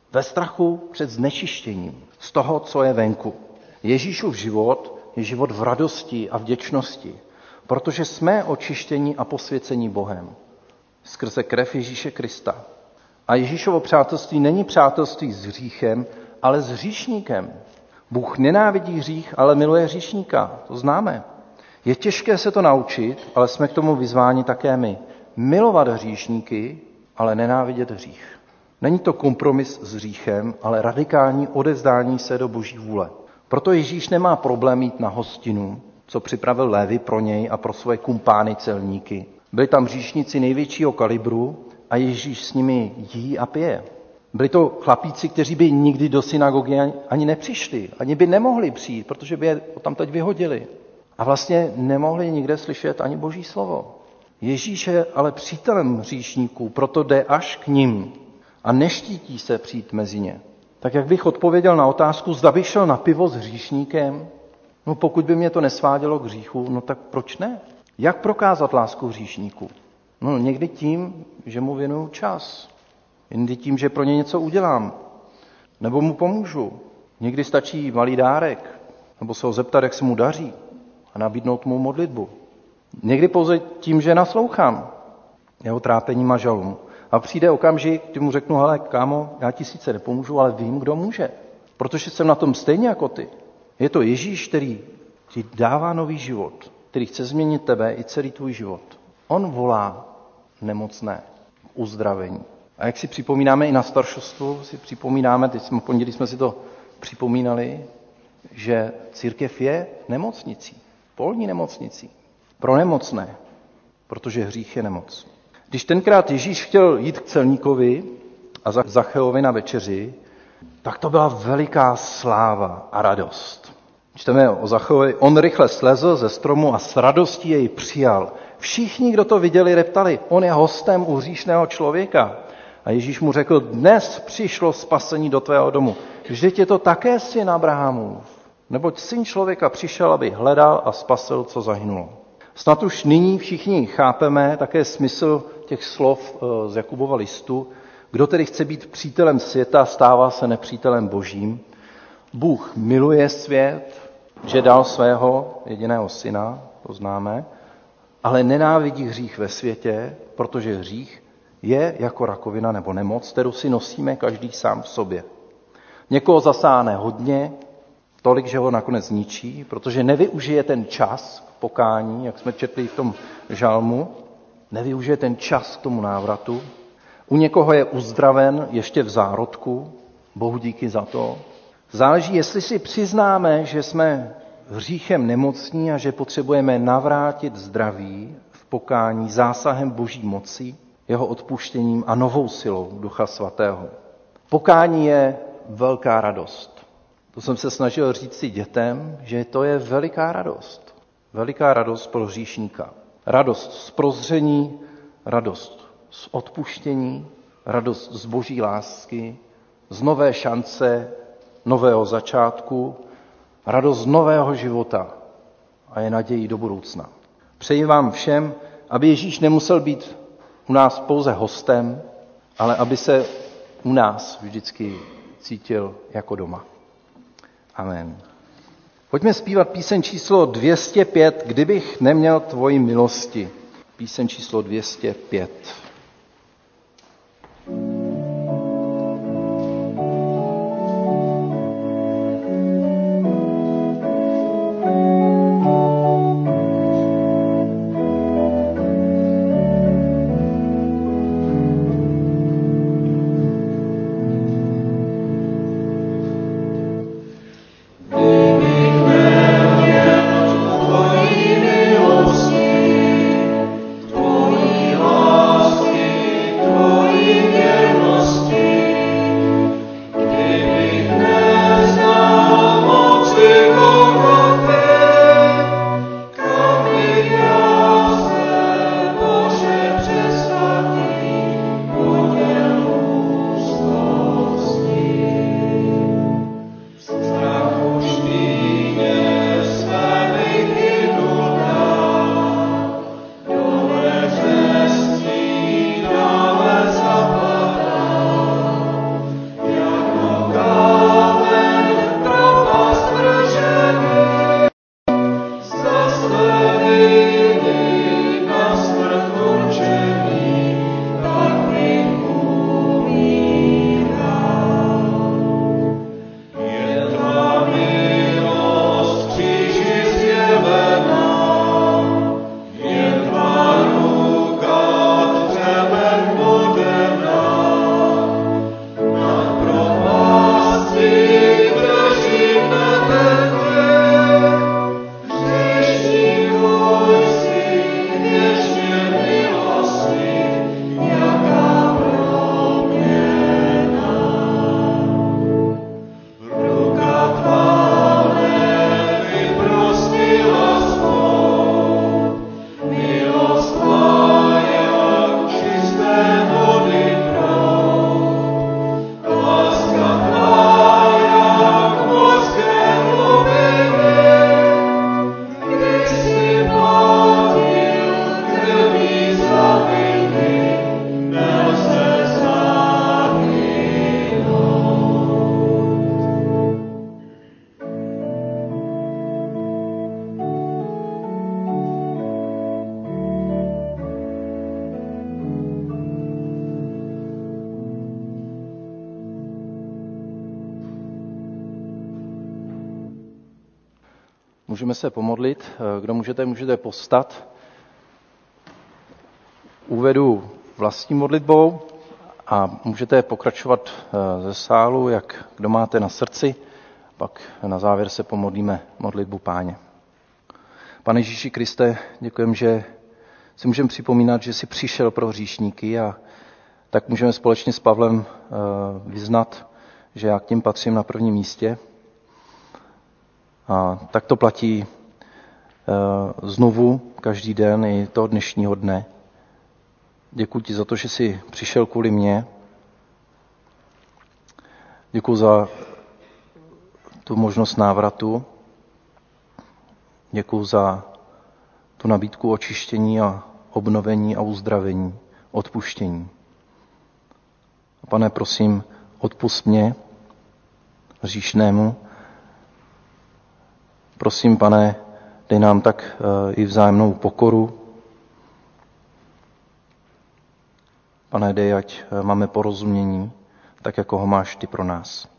Ve strachu před znečištěním z toho, co je venku. Ježíšův život je život v radosti a vděčnosti, protože jsme očištěni a posvěceni Bohem skrze krev Ježíše Krista. A Ježíšovo přátelství není přátelství s hříchem, ale s hříšníkem. Bůh nenávidí hřích, ale miluje hříšníka. To známe. Je těžké se to naučit, ale jsme k tomu vyzváni také my. Milovat hříšníky, ale nenávidět hřích. Není to kompromis s hříchem, ale radikální odevzdání se do Boží vůle. Proto Ježíš nemá problém jít na hostinu, co připravil Lévi pro něj a pro svoje kumpány celníky. Byli tam hříšníci největšího kalibru a Ježíš s nimi jí a pije. Byli to chlapíci, kteří by nikdy do synagogy ani nepřišli, ani by nemohli přijít, protože by je tam teď vyhodili. A vlastně nemohli nikde slyšet ani Boží slovo. Ježíš je ale přítelem hříšníků, proto jde až k nim a neštítí se přijít mezi ně. Tak jak bych odpověděl na otázku, zda bych šel na pivo s hříšníkem? No pokud by mě to nesvádělo k hříchu, no tak proč ne? Jak prokázat lásku hříšníků? No někdy tím, že mu věnuju čas. Jindy tím, že pro ně něco udělám. Nebo mu pomůžu. Někdy stačí malý dárek. Nebo se ho zeptat, jak se mu daří. A nabídnout mu modlitbu. Někdy pouze tím, že naslouchám jeho trápením a žalům. A přijde okamžik, kdy mu řeknu, hele, kámo, já ti sice nepomůžu, ale vím, kdo může. Protože jsem na tom stejně jako ty. Je to Ježíš, který ti dává nový život, který chce změnit tebe i celý tvůj život. On volá nemocné k uzdravení. A jak si připomínáme i na staršostvu, teď pondělí jsme si to připomínali, že církev je nemocnicí, polní nemocnicí, pro nemocné, protože hřích je nemoc. Když tenkrát Ježíš chtěl jít k celníkovi a Zacheovi na večeři, tak to byla veliká sláva a radost. Čteme o Zacheovi, on rychle slezl ze stromu a s radostí jej přijal. Všichni, kdo to viděli, reptali, on je hostem u hříšného člověka. A Ježíš mu řekl, dnes přišlo spasení do tvého domu. Vždyť je to také syn Abrahamův. Neboť syn člověka přišel, aby hledal a spasil, co zahynulo. Snad už nyní všichni chápeme také smysl těch slov z Jakubova listu. Kdo tedy chce být přítelem světa, stává se nepřítelem Božím. Bůh miluje svět, že dal svého jediného syna, to známe, ale nenávidí hřích ve světě, protože hřích je jako rakovina nebo nemoc, kterou si nosíme každý sám v sobě. Někoho zasáhne hodně, tolik, že ho nakonec zničí, protože nevyužije ten čas k pokání, jak jsme četli v tom žalmu, nevyužije ten čas k tomu návratu. U někoho je uzdraven ještě v zárodku, Bohu díky za to. Záleží, jestli si přiznáme, že jsme hříchem nemocní a že potřebujeme navrátit zdraví v pokání zásahem Boží moci, jeho odpuštěním a novou silou Ducha Svatého. Pokání je velká radost. To jsem se snažil říct si dětem, že to je veliká radost. Veliká radost pro hříšníka. Radost z prozření, radost z odpuštění, radost z Boží lásky, z nové šance, nového začátku, radost z nového života a je nadějí do budoucna. Přeji vám všem, aby Ježíš nemusel být u nás pouze hostem, ale aby se u nás vždycky cítil jako doma. Amen. Pojďme zpívat píseň číslo 205, Kdybych neměl tvoji milosti. Píseň číslo 205. Tvojí milosti, tvojí lásky. Můžeme se pomodlit. Kdo můžete povstat. Uvedu vlastní modlitbou a můžete pokračovat ze sálu, jak kdo máte na srdci. Pak na závěr se pomodlíme modlitbu Páně. Pane Ježíši Kriste, děkujeme, že si můžeme připomínat, že jsi přišel pro hříšníky a tak můžeme společně s Pavlem vyznat, že já k tím patřím na prvním místě. A tak to platí znovu každý den i toho dnešního dne. Děkuji ti za to, že jsi přišel kvůli mně. Děkuji za tu možnost návratu. Děkuji za tu nabídku očištění a obnovení a uzdravení, odpuštění. Pane, prosím, odpusť mě, hříšnému. Prosím, Pane, dej nám tak i vzájemnou pokoru. Pane, dej, ať máme porozumění, tak jako ho máš ty pro nás.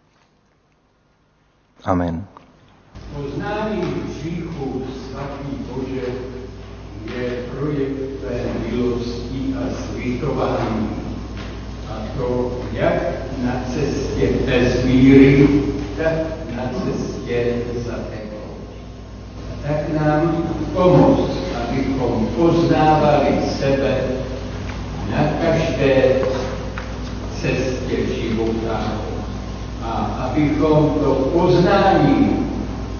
Amen. Poznání hříchu, svatý Bože, je projekt tvé milosti a slitování. A to jak na cestě bez víry, tak na cestě za tebou. A tak nám pomoz, abychom poznávali sebe na každé cestě života a abychom to poznání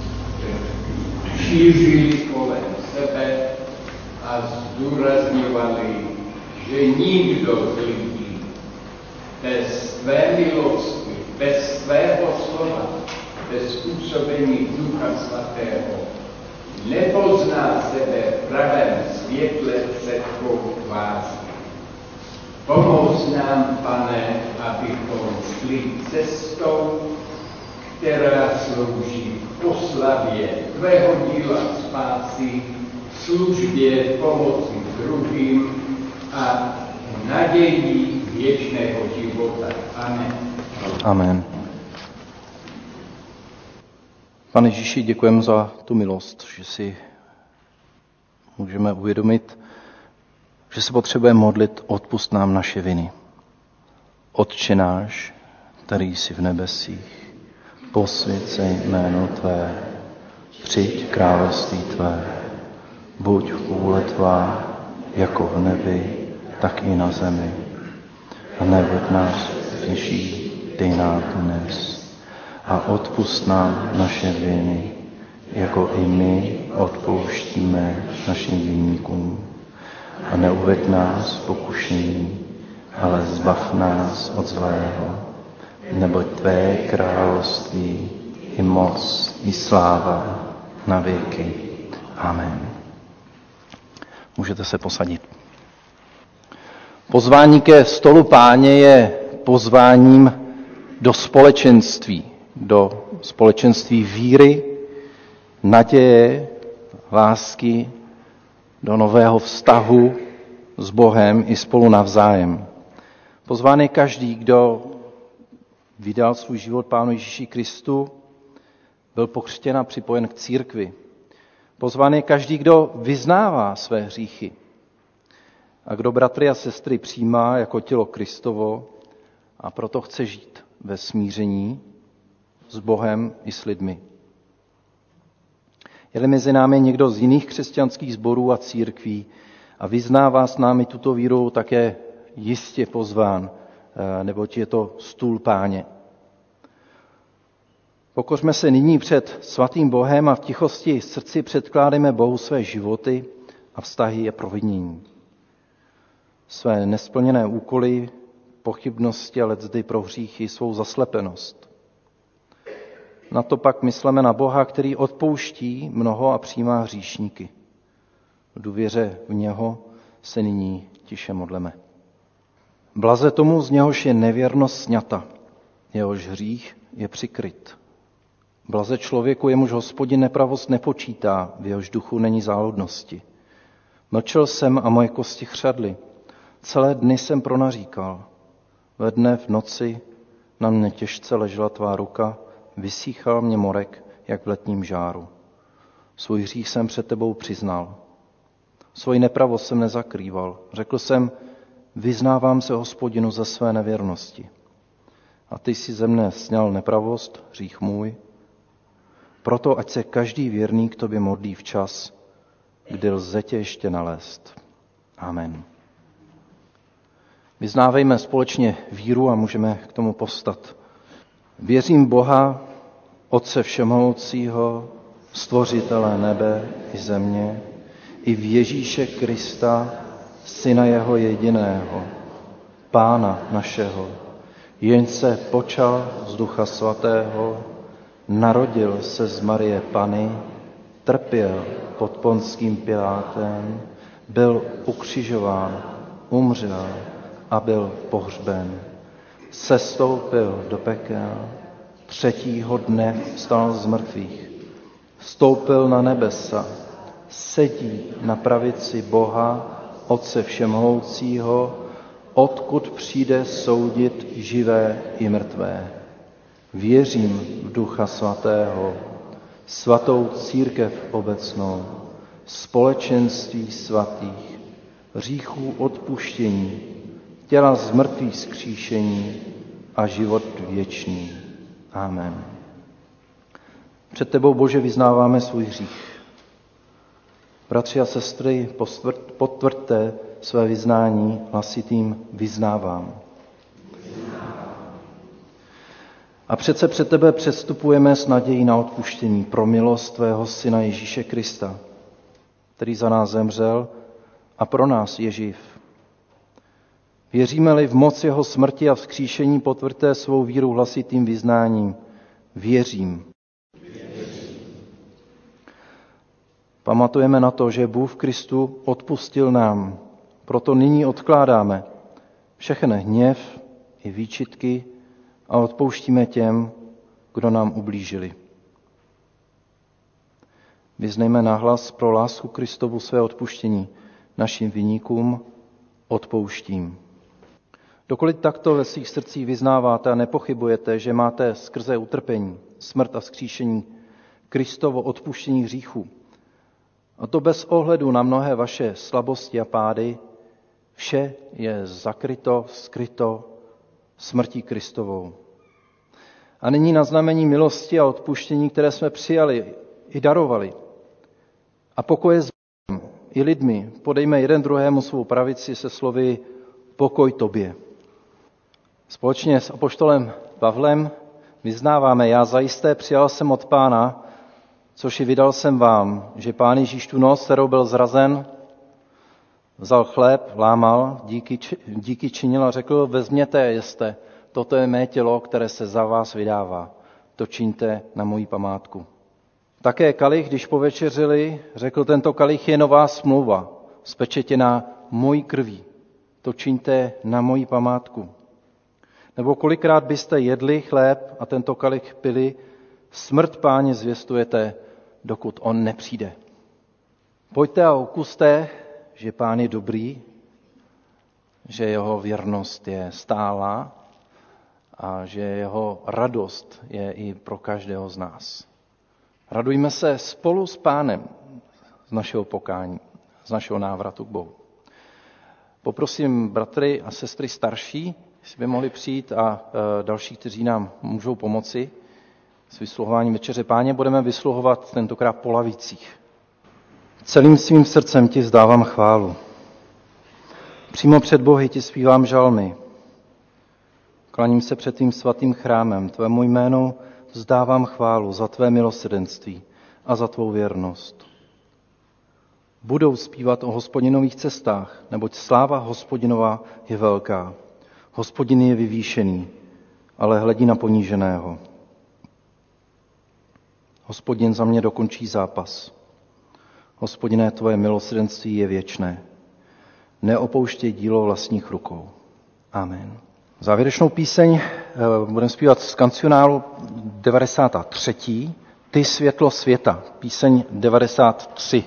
šířili kolem sebe a zdůrazňovali, že nikdo z lidí bez své milosti, bez svého slova, bez působení Ducha Svatého nepozná sebe v pravém světle před tvou tváří. Pomoz nám, Pane, abychom šli cestou, která slouží oslavě tvého díla spásy, službě pomoci druhým a naději věčného života. Amen. Amen. Pane Ježíši, děkujeme za tu milost, že si můžeme uvědomit, že se potřebujeme modlit, odpusť nám naše viny. Otče náš, který jsi v nebesích, posvěť se jméno tvé, přijď království tvé, buď vůle tvá, jako v nebi, tak i na zemi. A neved nás dnešní, dej nám dnes. A odpusť nám naše viny, jako i my odpouštíme našim viníkům. A neuveď nás v pokušení, ale zbav nás od zlého. Neboť tvé království i moc, i sláva na věky. Amen. Můžete se posadit. Pozvání ke stolu Páně je pozváním do společenství víry, naděje, lásky, do nového vztahu s Bohem i spolu navzájem. Pozván je každý, kdo vydal svůj život Pánu Ježíši Kristu, byl pokřtěn a připojen k církvi. Pozván je každý, kdo vyznává své hříchy a kdo bratry a sestry přijímá jako tělo Kristovo a proto chce žít ve smíření s Bohem i s lidmi. Je-li mezi námi někdo z jiných křesťanských sborů a církví a vyznává s námi tuto víru, tak je jistě pozván, neboť je to stůl Páně. Pokořme se nyní před svatým Bohem a v tichosti srdci předkládáme Bohu své životy a vztahy je provinění. Své nesplněné úkoly, pochybnosti a leckdy pro hříchy, svou zaslepenost. Na to pak myslíme na Boha, který odpouští mnoho a přijímá hříšníky. V důvěře v něho se nyní tiše modleme. Blaze tomu, z něhož je nevěrnost sňata, jehož hřích je přikryt. Blaze člověku, jemuž Hospodin nepravost nepočítá, v jehož duchu není záludnosti. Mlčel jsem a moje kosti chřadly. Celé dny jsem pronaříkal. Ve dne v noci na mě těžce ležela tvá ruka, vysíchal mě morek, jak v letním žáru. Svůj hřích jsem před tebou přiznal. Svoji nepravost jsem nezakrýval. Řekl jsem, vyznávám se Hospodinu za své nevěrnosti. A ty jsi ze mne sňal nepravost, hřích můj. Proto ať se každý věrný k tobě modlí včas, kdy lze tě ještě nalézt. Amen. Vyznávejme společně víru a můžeme k tomu povstat. Věřím Boha, Otce všemohoucího, stvořitele nebe i země, i v Ježíše Krista, Syna jeho jediného, Pána našeho, jenž se počal z Ducha Svatého, narodil se z Marie Panny, trpěl pod Ponským Pilátem, byl ukřižován, umřel a byl pohřben. Sestoupil do pekel, třetího dne vstal z mrtvých, vstoupil na nebesa, sedí na pravici Boha, Otce všemohoucího, odkud přijde soudit živé i mrtvé. Věřím v Ducha Svatého, svatou církev obecnou, společenství svatých, hříchů odpuštění, těla z mrtvých vzkříšení a život věčný. Amen. Před tebou, Bože, vyznáváme svůj hřích. Bratři a sestry, potvrďte své vyznání hlasitým vyznávám. A přece před tebe předstupujeme s nadějí na odpuštění pro milost tvého Syna Ježíše Krista, který za nás zemřel a pro nás je živ. Věříme-li v moc jeho smrti a vzkříšení, potvrďte svou víru hlasitým vyznáním. Věřím. Pamatujeme na to, že Bůh v Kristu odpustil nám, proto nyní odkládáme všechen hněv i výčitky a odpouštíme těm, kdo nám ublížili. Vyznejme nahlas pro lásku Kristovu své odpuštění. Našim viníkům odpouštím. Dokud takto ve svých srdcích vyznáváte a nepochybujete, že máte skrze utrpení, smrt a vzkříšení Kristovo odpuštění hříchů, a to bez ohledu na mnohé vaše slabosti a pády, vše je zakryto, skryto smrtí Kristovou. A nyní na znamení milosti a odpuštění, které jsme přijali i darovali, a pokoje s Bohem i lidmi, podejme jeden druhému svou pravici se slovy pokoj tobě. Společně s apoštolem Pavlem vyznáváme, já zajisté přijal jsem od Pána, což i vydal jsem vám, že Pán Ježíš tu noc, kterou byl zrazen, vzal chléb, lámal, díky činil a řekl, vezměte, jeste, toto je mé tělo, které se za vás vydává, to čiňte na moji památku. Také kalich, když povečeřili, řekl, tento kalich je nová smlouva, spečetěná mojí krví, to čiňte na moji památku. Nebo kolikrát byste jedli chléb a tento kalich pili, smrt Páně zvěstujete, dokud on nepřijde. Pojďte a okuste, že Pán je dobrý, že jeho věrnost je stálá a že jeho radost je i pro každého z nás. Radujme se spolu s Pánem z našeho pokání, z našeho návratu k Bohu. Poprosím bratry a sestry starší, jestli by mohli přijít, a další, kteří nám můžou pomoci s vysluhováním večeře Páně. Budeme vysluhovat tentokrát po lavicích. Celým svým srdcem ti vzdávám chválu. Přímo před Bohy ti zpívám žalmy. Klaním se před tvým svatým chrámem. Tvému jménu vzdávám chválu za tvé milosrdenství a za tvou věrnost. Budou zpívat o Hospodinových cestách, neboť sláva Hospodinova je velká. Hospodin je vyvýšený, ale hledí na poníženého. Hospodin za mě dokončí zápas. Hospodine, tvoje milosrdenství je věčné. Neopouštěj dílo vlastních rukou. Amen. Závěrečnou píseň budeme zpívat z kancionálu 93. Ty světlo světa. Píseň 93.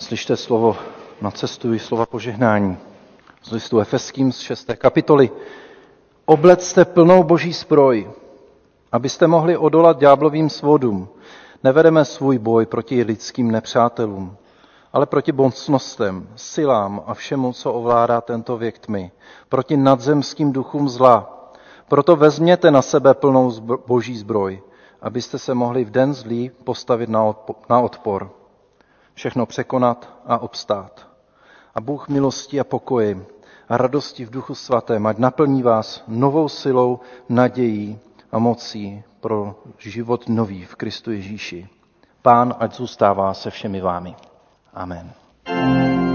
Slyšte slovo na cestu i slova požehnání. Z listu Efeským z 6. kapitoly. Oblecte plnou boží zbroj, abyste mohli odolat ďáblovým svodům. Nevedeme svůj boj proti lidským nepřátelům, ale proti mocnostem, silám a všemu, co ovládá tento věk tmy, proti nadzemským duchům zla. Proto vezměte na sebe plnou boží zbroj, abyste se mohli v den zlý postavit na odpor, všechno překonat a obstát. A Bůh milosti a pokoji a radosti v Duchu Svatém, ať naplní vás novou silou, nadějí a mocí pro život nový v Kristu Ježíši. Pán ať zůstává se všemi vámi. Amen.